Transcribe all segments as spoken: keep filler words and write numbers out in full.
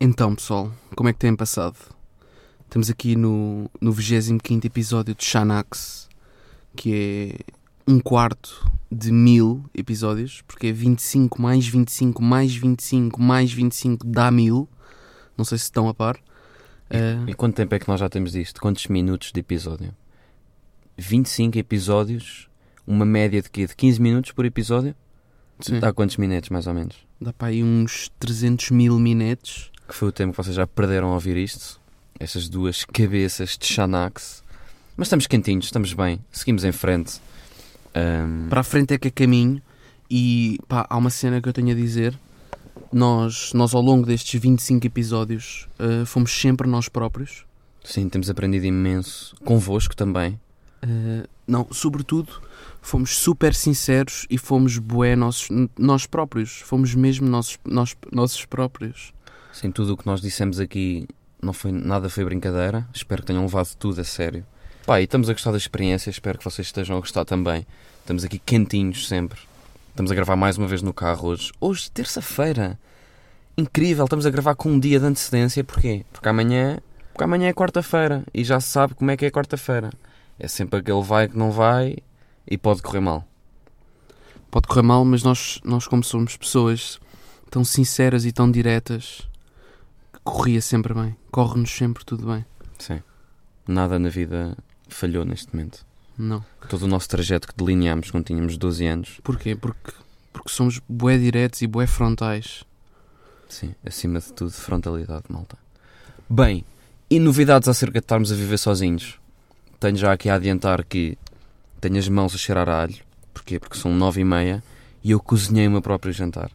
Então, pessoal, como é que têm passado? Estamos aqui no, no vigésimo quinto episódio de Xanax, que é um quarto de mil episódios, porque é vinte e cinco mais vinte e cinco mais vinte e cinco mais vinte e cinco dá mil. Não sei se estão a par. E, uh... e quanto tempo é que nós já temos disto? Quantos minutos de episódio? vinte e cinco episódios, uma média de quê? De quinze minutos por episódio? Sim. Dá quantos minutos, mais ou menos? Dá para aí uns trezentos mil minutos. Que foi o tempo que vocês já perderam a ouvir isto. Essas duas cabeças de Xanax. Mas estamos quentinhos, estamos bem. Seguimos em frente. Um... Para a frente é que é caminho. E pá, há uma cena que eu tenho a dizer. Nós, nós ao longo destes vinte e cinco episódios, uh, fomos sempre nós próprios. Sim, temos aprendido imenso. Convosco também. Uh, não, sobretudo, fomos super sinceros e fomos bué nossos, nós próprios. Fomos mesmo nossos, nós, nossos próprios. Sim, tudo o que nós dissemos aqui não foi, nada foi brincadeira. Espero que tenham levado tudo a sério. Pá, e estamos a gostar da experiência. Espero que vocês estejam a gostar também. Estamos aqui quentinhos sempre. Estamos a gravar mais uma vez no carro hoje. Hoje, terça-feira. Incrível, estamos a gravar com um dia de antecedência. Porquê? Porque amanhã, porque amanhã é quarta-feira. E já se sabe como é que é quarta-feira. É sempre aquele vai que não vai e pode correr mal. Pode correr mal, mas nós, nós como somos pessoas tão sinceras e tão diretas, corria sempre bem. Corre-nos sempre tudo bem. Sim. Nada na vida falhou neste momento. Não. Todo o nosso trajeto que delineámos quando tínhamos doze anos. Porquê? Porque, porque somos bué diretos e bué frontais. Sim, acima de tudo, frontalidade, malta. Bem, e novidades acerca de estarmos a viver sozinhos? Tenho já aqui a adiantar que tenho as mãos a cheirar a alho. Porquê? Porque são nove e meia e eu cozinhei o meu próprio jantar.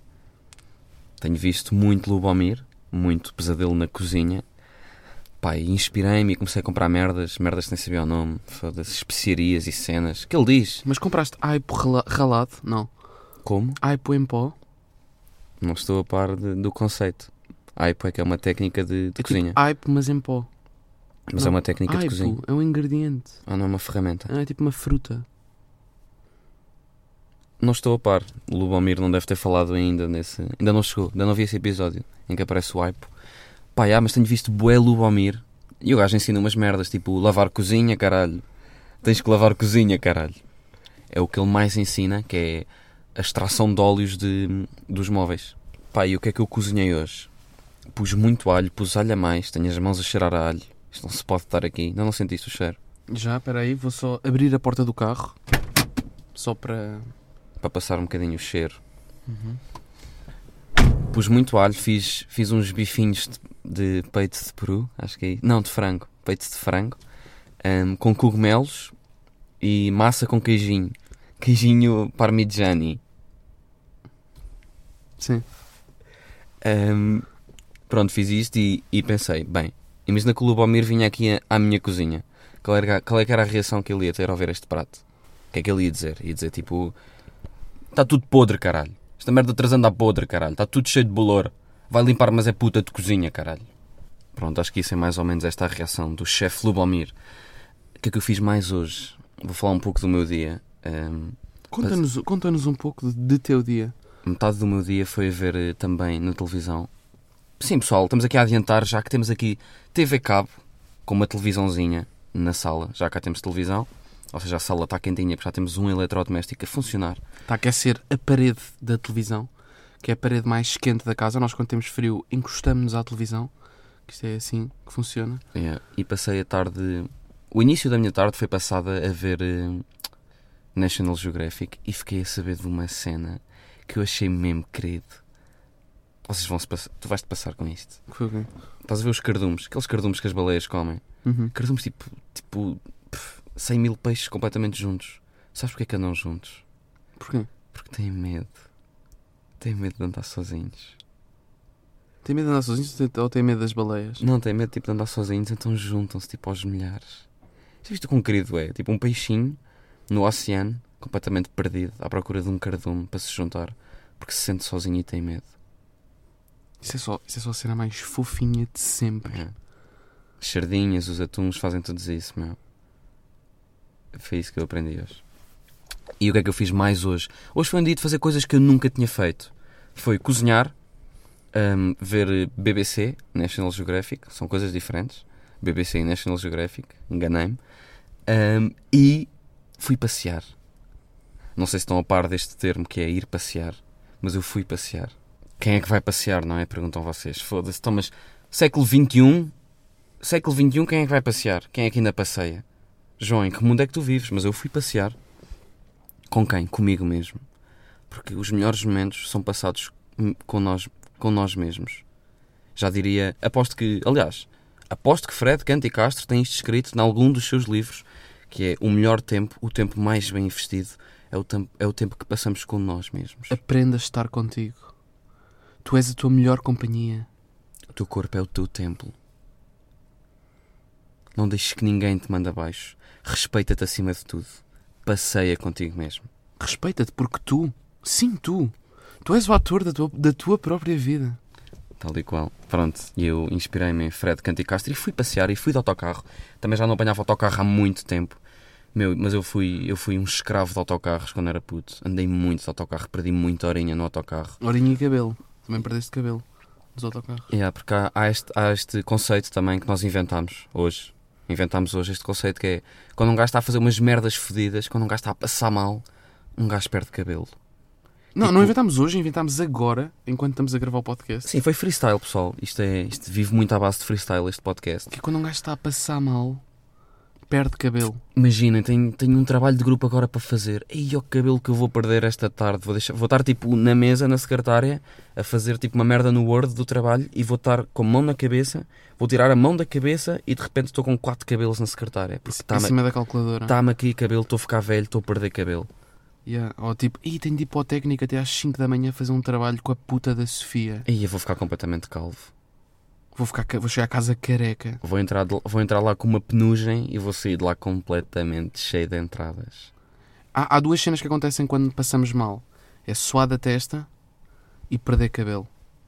Tenho visto muito Lubomir, muito pesadelo na cozinha. Pá, e inspirei-me e comecei a comprar merdas, merdas que nem sabia o nome, foda-se, especiarias e cenas. Que ele diz? Mas compraste aipo rala- ralado? Não. Como? Aipo em pó? Não estou a par de, do conceito. Aipo é que é uma técnica de, de é cozinha. Tipo aipo, mas em pó. Mas não. É uma técnica aipo de cozinha. É um ingrediente. Ah, não é uma ferramenta. É tipo uma fruta. Não estou a par. O Lubomir não deve ter falado ainda nesse... Ainda não chegou. Ainda não vi esse episódio em que aparece o aipo. Pá, já, mas tenho visto bué Lubomir. E o gajo ensina umas merdas, tipo lavar cozinha, caralho. Tens que lavar cozinha, caralho. É o que ele mais ensina, que é a extração de óleos de, dos móveis. Pá, e o que é que eu cozinhei hoje? Pus muito alho, pus alho a mais, tenho as mãos a cheirar a alho. Isto não se pode estar aqui. Ainda não sentiste o cheiro? Já, espera aí, vou só abrir a porta do carro. Só para... Para passar um bocadinho o cheiro. Uhum. Pus muito alho, fiz, fiz uns bifinhos de, de peito de peru, acho que é isso. Não, de frango. Peito de frango. Um, com cogumelos e massa com queijinho. Queijinho parmigiani. Sim. Um, pronto, fiz isto e, e pensei, bem, imagina que o Lubomir vinha aqui à minha cozinha. Qual era, qual é que era a reação que ele ia ter ao ver este prato? O que é que ele ia dizer? Ia dizer tipo... Está tudo podre, caralho. Esta merda trazendo à podre, caralho. Está tudo cheio de bolor. Vai limpar, mas é puta de cozinha, caralho. Pronto, acho que isso é mais ou menos esta a reação do chefe Lubomir. O que é que eu fiz mais hoje? Vou falar um pouco do meu dia. Um, Conta-nos, mas... conta-nos um pouco de, de teu dia. Metade do meu dia foi a ver uh, também na televisão. Sim, pessoal, estamos aqui a adiantar, já que temos aqui T V Cabo, com uma televisãozinha na sala. Já cá temos televisão. Ou seja, a sala está quentinha porque já temos um eletrodoméstico a funcionar. Está a aquecer a parede da televisão, que é a parede mais quente da casa. Nós, quando temos frio, encostamos-nos à televisão. Que isto é assim que funciona. Yeah. E passei a tarde... O início da minha tarde foi passada a ver uh, National Geographic e fiquei a saber de uma cena que eu achei mesmo querido. Vocês vão-se passar... Tu vais-te passar com isto. Que foi o quê? Estás a ver os cardumes? Aqueles cardumes que as baleias comem. Uhum. Cardumes tipo... tipo pff, cem mil peixes completamente juntos. Sabes porquê que andam juntos? Porquê? Porque têm medo. Têm medo de andar sozinhos. Tem medo de andar sozinhos ou tem medo das baleias? Não, têm medo tipo, de andar sozinhos, então juntam-se tipo aos milhares. Já viste o quão querido é? Tipo um peixinho no oceano, completamente perdido, à procura de um cardume para se juntar, porque se sente sozinho e tem medo. Isso é só, isso é só a cena mais fofinha de sempre. É. As sardinhas, os atuns fazem tudo isso, meu. Foi isso que eu aprendi hoje. E o que é que eu fiz mais hoje? Hoje foi um dia de fazer coisas que eu nunca tinha feito. Foi cozinhar, Um, ver B B C, National Geographic, são coisas diferentes. B B C e National Geographic, enganei-me. Um, e fui passear. Não sei se estão a par deste termo que é ir passear, mas eu fui passear. Quem é que vai passear, não é? Perguntam vocês. Foda-se, então, mas século vinte e um, século vinte e um, quem é que vai passear? Quem é que ainda passeia? João, em que mundo é que tu vives? Mas eu fui passear. Com quem? Comigo mesmo. Porque os melhores momentos são passados com nós, com nós mesmos. Já diria, aposto que, aliás, aposto que Fred Canty Castro tem isto escrito em algum dos seus livros, que é o melhor tempo, o tempo mais bem investido, é o tempo, é o tempo que passamos com nós mesmos. Aprenda a estar contigo. Tu és a tua melhor companhia. O teu corpo é o teu templo. Não deixes que ninguém te mande abaixo. Respeita-te acima de tudo. Passeia contigo mesmo. Respeita-te porque tu, sim tu, tu és o ator da tua, da tua própria vida. Tal e qual. Pronto, e eu inspirei-me em Fred Canty Castro e fui passear e fui de autocarro. Também já não apanhava autocarro há muito tempo. Meu, mas eu fui, eu fui um escravo de autocarros quando era puto. Andei muito de autocarro, perdi muita horinha no autocarro. Horinha e cabelo. Também perdeste cabelo nos autocarros. É, yeah, porque há, há, este, há este conceito também que nós inventámos hoje. Inventámos hoje este conceito que é quando um gajo está a fazer umas merdas fodidas, quando um gajo está a passar mal, um gajo perde cabelo. Não, Tipo, não inventámos hoje, inventámos agora, enquanto estamos a gravar o podcast. Sim, foi freestyle, pessoal. Isto, é, isto vive muito à base de freestyle, este podcast. Que é quando um gajo está a passar mal, perde cabelo. Imaginem, tenho, tenho um trabalho de grupo agora para fazer. Ei, o cabelo que eu vou perder esta tarde. Vou, deixar, vou estar tipo na mesa, na secretária, a fazer tipo uma merda no Word do trabalho e vou estar com a mão na cabeça, vou tirar a mão da cabeça e de repente estou com quatro cabelos na secretária. Porque Em cima da calculadora. Está-me aqui cabelo, estou a ficar velho, estou a perder cabelo. Yeah. Ou tipo, ih, tenho de ir para o técnico até às cinco da manhã fazer um trabalho com a puta da Sofia. E eu vou ficar completamente calvo. Vou, ficar, vou chegar a casa careca. Vou entrar, de- vou entrar lá com uma penugem e vou sair de lá completamente cheio de entradas. Há, há duas cenas que acontecem quando passamos mal. É suar da testa e perder cabelo.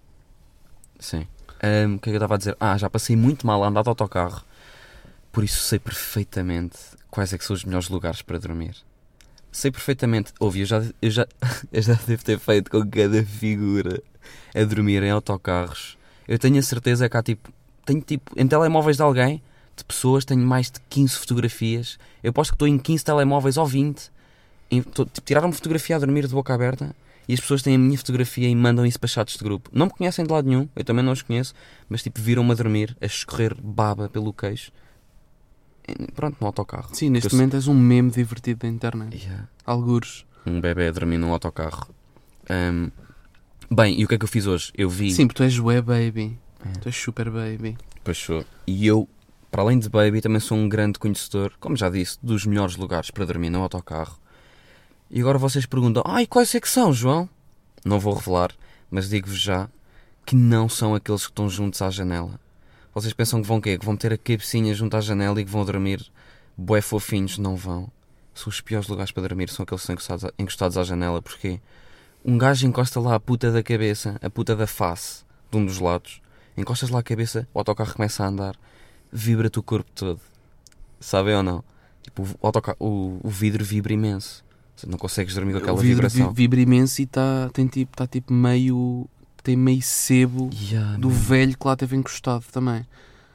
Sim. Ahm, o que é que eu estava a dizer? Ah, já passei muito mal a andar de autocarro. Por isso sei perfeitamente quais é que são os melhores lugares para dormir. Sei perfeitamente. Ouve, eu já, eu já, eu já devo ter feito com cada figura a dormir em autocarros. Eu tenho a certeza que há tipo... Tenho tipo... Em telemóveis de alguém, de pessoas, tenho mais de quinze fotografias. Eu aposto que estou em quinze telemóveis ou vinte. Em, tô, tipo, tiraram uma fotografia a dormir de boca aberta e as pessoas têm a minha fotografia e mandam isso para chats de grupo. Não me conhecem de lado nenhum, eu também não os conheço, mas tipo viram-me a dormir, a escorrer baba pelo queixo. E, pronto, no autocarro. Sim, neste Eu momento és um meme divertido da internet. Yeah. Algures. Um bebê a dormir num autocarro. Um, bem, e o que é que eu fiz hoje? Eu vi... Sim, porque tu és ué baby. É. Tu és super baby. Pois sou. E eu, para além de baby, também sou um grande conhecedor, como já disse, dos melhores lugares para dormir no autocarro. E agora vocês perguntam, ai, quais é que são, João? Não vou revelar, mas digo-vos já que não são aqueles que estão juntos à janela. Vocês pensam que vão quê? Que vão meter a cabecinha junto à janela e que vão dormir bué fofinhos? Não vão. São os piores lugares para dormir, são aqueles que estão encostados, encostados à janela. Porquê? Um gajo encosta lá a puta da cabeça, a puta da face, de um dos lados. Encostas lá a cabeça, o autocarro começa a andar, vibra-te o corpo todo. Sabem ou não? Tipo, o, autocarro, o, o vidro vibra imenso. Você não consegues dormir com aquela O vidro vibração. vi- vibra imenso e está tem tipo, tá tipo meio... Tem meio sebo Yeah, do man. velho que lá teve encostado também.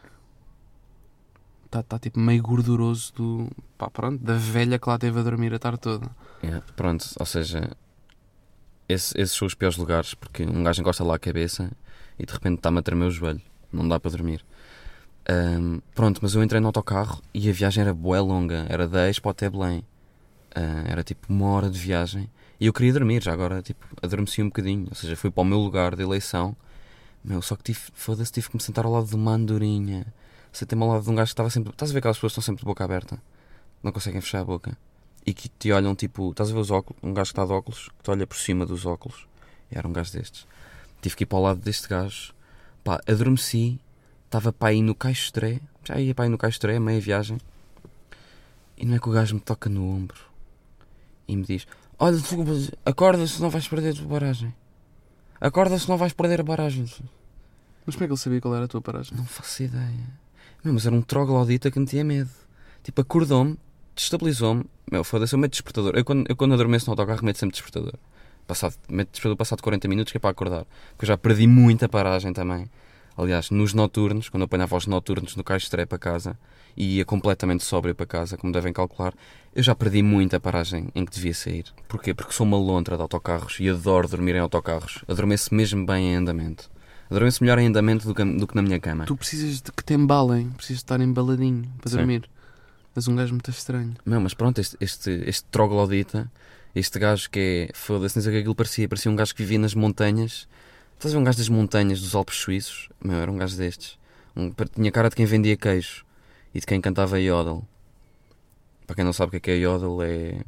Está tá, tipo meio gorduroso do... Pá, pronto, da velha que lá teve a dormir a tarde toda. Yeah, pronto, ou seja, esse- esses são os piores lugares, porque um gajo encosta lá a cabeça e de repente está-me a tremer o joelho. Não dá para dormir. Ahm, pronto, mas eu entrei no autocarro e a viagem era bué longa. Era da Expo até Belém. Ah, era tipo uma hora de viagem. E eu queria dormir, já agora tipo, adormeci um bocadinho. Ou seja, fui para o meu lugar de eleição. Meu, só que tive, foda-se, tive que me sentar ao lado de uma andorinha. Sentei-me ao lado de um gajo que estava sempre... Estás a ver aquelas pessoas que estão sempre de boca aberta? Não conseguem fechar a boca. E que te olham tipo... Estás a ver os óculos? Um gajo que está de óculos, que te olha por cima dos óculos. E era um gajo destes. Tive que ir para o lado deste gajo. Pá, adormeci. Estava para aí no Caixotré. Já ia para aí no Caixotré, meia viagem. E não é que o gajo me toca no ombro. E me diz... Olha, acorda se não vais perder a tua barragem. Acorda se não vais perder a barragem. Mas como é que ele sabia qual era a tua paragem? Não faço ideia. Meu, mas era um troglodita que me tinha medo. Tipo, acordou-me, destabilizou-me. Meu, foda-se, eu meto despertador. Eu quando, eu quando adormeço no autocarro meto sempre despertador. Passado, mete despertador passado quarenta minutos que é para acordar. Porque eu já perdi muita paragem também. Aliás, nos noturnos, quando eu apanhava os noturnos no Caixo Estreia para casa e ia completamente sóbrio para casa, como devem calcular, eu já perdi muita paragem em que devia sair. Porquê? Porque sou uma lontra de autocarros e adoro dormir em autocarros. Adormeço mesmo bem em andamento. Adormeço melhor em andamento do que, do que na minha cama. Tu precisas de que te embalem, precisas de estar embaladinho para Sim. dormir. És um gajo muito estranho. Não, mas pronto, este, este, este troglodita, este gajo que é, foda-se, não sei o que aquilo parecia, parecia um gajo que vivia nas montanhas. Estás a ver um gajo das montanhas dos Alpes Suíços? Meu, era um gajo destes. Um, tinha cara de quem vendia queijo e de quem cantava Yodel. Para quem não sabe o que é que é Yodel, é...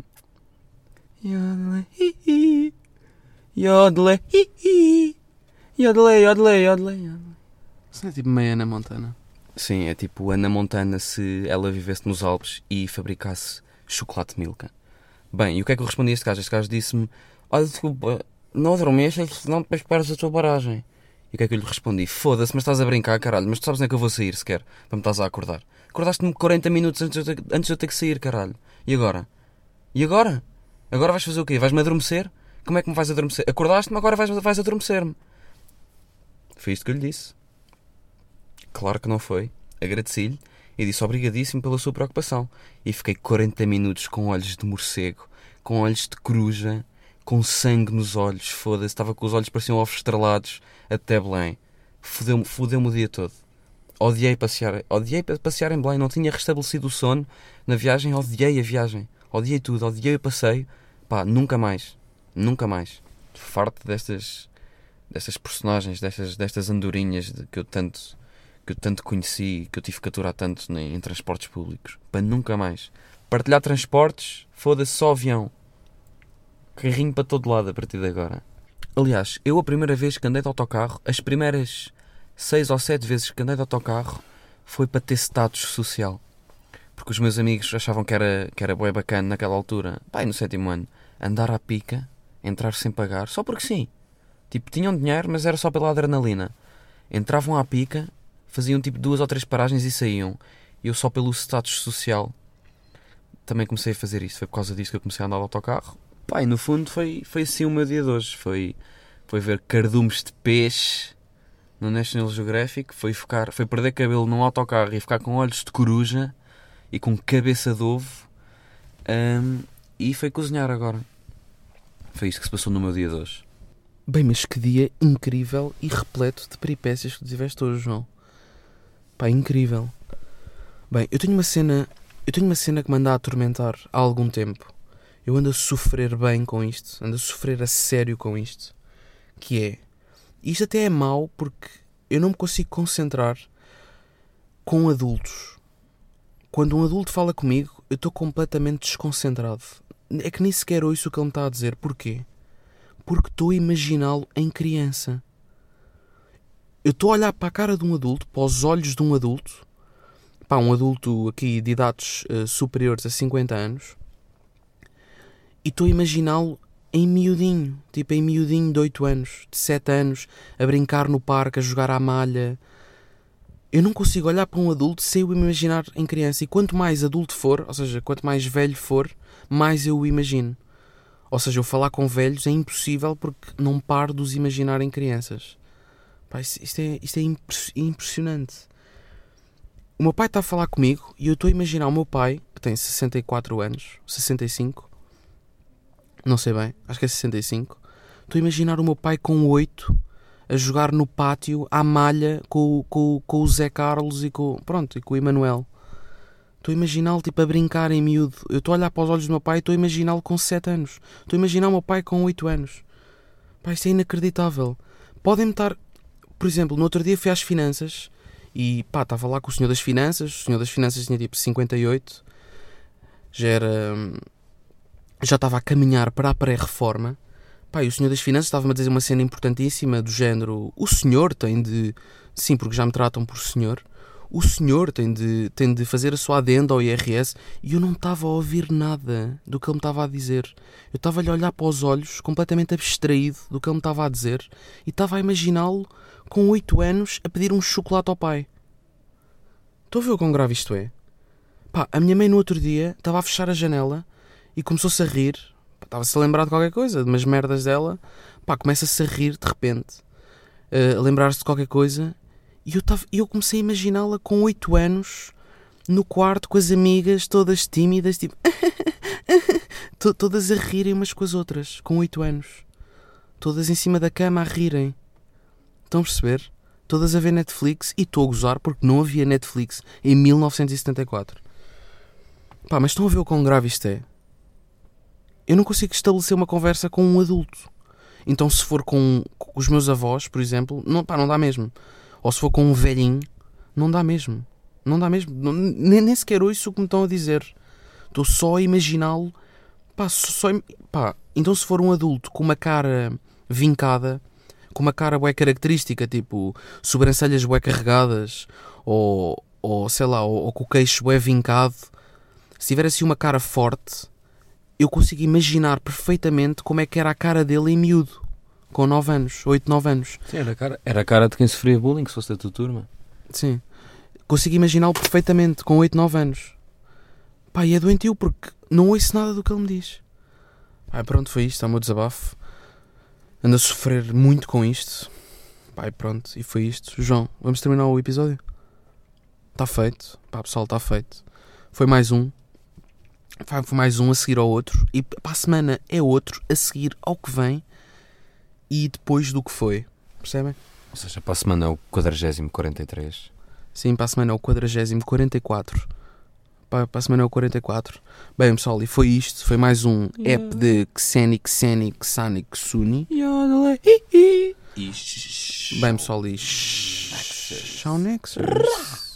Yodel, hi, hi. Yodel, hi, hi. Yodel, Yodel, Yodel, Yodel. Isso não é tipo meia Ana Montana? Sim, é tipo Ana Montana se ela vivesse nos Alpes e fabricasse chocolate Milka. Bem, e o que é que eu respondi a este gajo? Este gajo disse-me: olha, desculpa, não adormeças, senão depois perdes a tua paragem. E o que é que eu lhe respondi? Foda-se, mas estás a brincar, caralho, mas tu sabes onde é que eu vou sair sequer, para me estás a acordar. Acordaste-me quarenta minutos antes de, eu ter, antes de eu ter que sair, caralho. E agora? E agora? Agora vais fazer o quê? Vais-me adormecer? Como é que me vais adormecer? Acordaste-me, agora vais, vais adormecer-me. Foi isto que eu lhe disse. Claro que não foi. Agradeci-lhe e disse obrigadíssimo pela sua preocupação. E fiquei quarenta minutos com olhos de morcego, com olhos de coruja, com sangue nos olhos. Foda-se, estava com os olhos pareciam ovos estrelados até Belém. Fudeu-me, fudeu-me o dia todo. Odiei passear, odiei passear em Belém. Não tinha restabelecido o sono na viagem. Odiei a viagem. Odiei tudo. Odiei o passeio. Pá, nunca mais. Nunca mais. Farto destas, destas personagens, destas, destas andorinhas de, que eu tanto... que eu tanto conheci, que eu tive que aturar tanto em, em transportes públicos. Para nunca mais. Partilhar transportes, foda-se, só avião. Carrinho para todo lado a partir de agora. Aliás, eu a primeira vez que andei de autocarro, as primeiras seis ou sete vezes que andei de autocarro, foi para ter status social. Porque os meus amigos achavam que era, que era bué bacana naquela altura, pai, no sétimo ano, andar à pica, entrar sem pagar, só porque sim. Tipo, tinham dinheiro, mas era só pela adrenalina. Entravam à pica, faziam tipo duas ou três paragens e saíam. E eu só pelo status social também comecei a fazer isso. Foi por causa disso que eu comecei a andar de autocarro. Pá, e no fundo foi, foi assim o meu dia de hoje. Foi, foi ver cardumes de peixe no National Geographic. Foi, ficar, foi perder cabelo num autocarro e ficar com olhos de coruja e com cabeça de ovo. Um, e foi cozinhar agora. Foi isto que se passou no meu dia de hoje. Bem, mas que dia incrível e repleto de peripécias que tu tiveste hoje, João. Pá, incrível. Bem, eu tenho uma cena... Eu tenho uma cena que me anda a atormentar há algum tempo. Eu ando a sofrer bem com isto. Ando a sofrer a sério com isto. Que é... Isto até é mau porque eu não me consigo concentrar com adultos. Quando um adulto fala comigo, eu estou completamente desconcentrado. É que nem sequer ouço o que ele me está a dizer. Porquê? Porque estou a imaginá-lo em criança. Eu estou a olhar para a cara de um adulto, para os olhos de um adulto, pá, um adulto aqui de idades uh, superiores a cinquenta anos, e estou a imaginá-lo em miudinho, tipo em miudinho de oito anos, de sete anos, a brincar no parque, a jogar à malha. Eu não consigo olhar para um adulto sem o imaginar em criança. E quanto mais adulto for, ou seja, quanto mais velho for, mais eu o imagino. Ou seja, eu falar com velhos é impossível porque não paro de os imaginar em crianças. Pá, isto, isto, é, isto é impressionante. O meu pai está a falar comigo e eu estou a imaginar o meu pai, que tem sessenta e quatro anos, sessenta e cinco, não sei bem, acho que é sessenta e cinco. Estou a imaginar o meu pai com oito a jogar no pátio à malha com, com, com o Zé Carlos e com, pronto, e com o Emanuel. Estou a imaginá-lo tipo a brincar em miúdo. Eu estou a olhar para os olhos do meu pai e estou a imaginá-lo com sete anos. Estou a imaginar o meu pai com oito anos. Pá, isto é inacreditável. Podem-me estar... Por exemplo, no outro dia fui às finanças e pá, estava lá com o senhor das finanças. O senhor das finanças tinha tipo cinquenta e oito. Já era... Já estava a caminhar para a pré-reforma. Pá, e o senhor das finanças estava-me a dizer uma cena importantíssima do género... O senhor tem de... Sim, porque já me tratam por senhor. O senhor tem de, tem de fazer a sua adenda ao I R S. E eu não estava a ouvir nada do que ele me estava a dizer. Eu estava-lhe a olhar para os olhos, completamente abstraído do que ele me estava a dizer. E estava a imaginá-lo com oito anos a pedir um chocolate ao pai. Estou a ver o quão grave isto é? Pá, a minha mãe no outro dia estava a fechar a janela e começou-se a rir. estava-se a lembrar de qualquer coisa, de umas merdas dela, pá, começa-se a rir de repente, uh, a lembrar-se de qualquer coisa, e eu, tava, eu comecei a imaginá-la com oito anos, no quarto, com as amigas, todas tímidas, tipo, todas a rirem umas com as outras, com oito anos, todas em cima da cama a rirem. Estão a perceber? Todas a ver Netflix, e estou a gozar porque não havia Netflix em mil novecentos e setenta e quatro. Pá, mas estão a ver o quão grave isto é? Eu não consigo estabelecer uma conversa com um adulto. Então se for com, com os meus avós, por exemplo, não, pá, não dá mesmo. Ou se for com um velhinho, não dá mesmo. Não dá mesmo. Não, nem, nem sequer ouço o que me estão a dizer. Estou só a imaginá-lo. Pá, só, pá, então se for um adulto com uma cara vincada, com uma cara bué característica, tipo sobrancelhas bué carregadas, ou, ou sei lá, ou, ou com o queixo bué vincado, se tiver assim uma cara forte, eu consigo imaginar perfeitamente como é que era a cara dele em miúdo, com nove anos, oito, nove anos. Sim, era a cara, era a cara de quem sofria bullying, se fosse da tua turma. Sim. Consigo imaginá-lo perfeitamente, com oito, nove anos. Pá, e é doentio porque não ouço nada do que ele me diz. Pá, pronto, foi isto, é o meu desabafo. Ando a sofrer muito com isto. Pá, e pronto, e foi isto. João, vamos terminar o episódio? Está feito. Pá, pessoal, está feito. Foi mais um. Foi mais um a seguir ao outro. E para a semana é outro a seguir ao que vem e depois do que foi. Percebem? Ou seja, para a semana é o quadragésimo quarenta e três. Sim, para a semana é o quadragésimo quarenta e quatro. Para, para a semana é o quarenta e quatro. Bem, pessoal, e foi isto. Foi mais um yeah. app de Xeni, Xeni, Xani, Xuni. Bem, pessoal, e... Tchau, Nexus.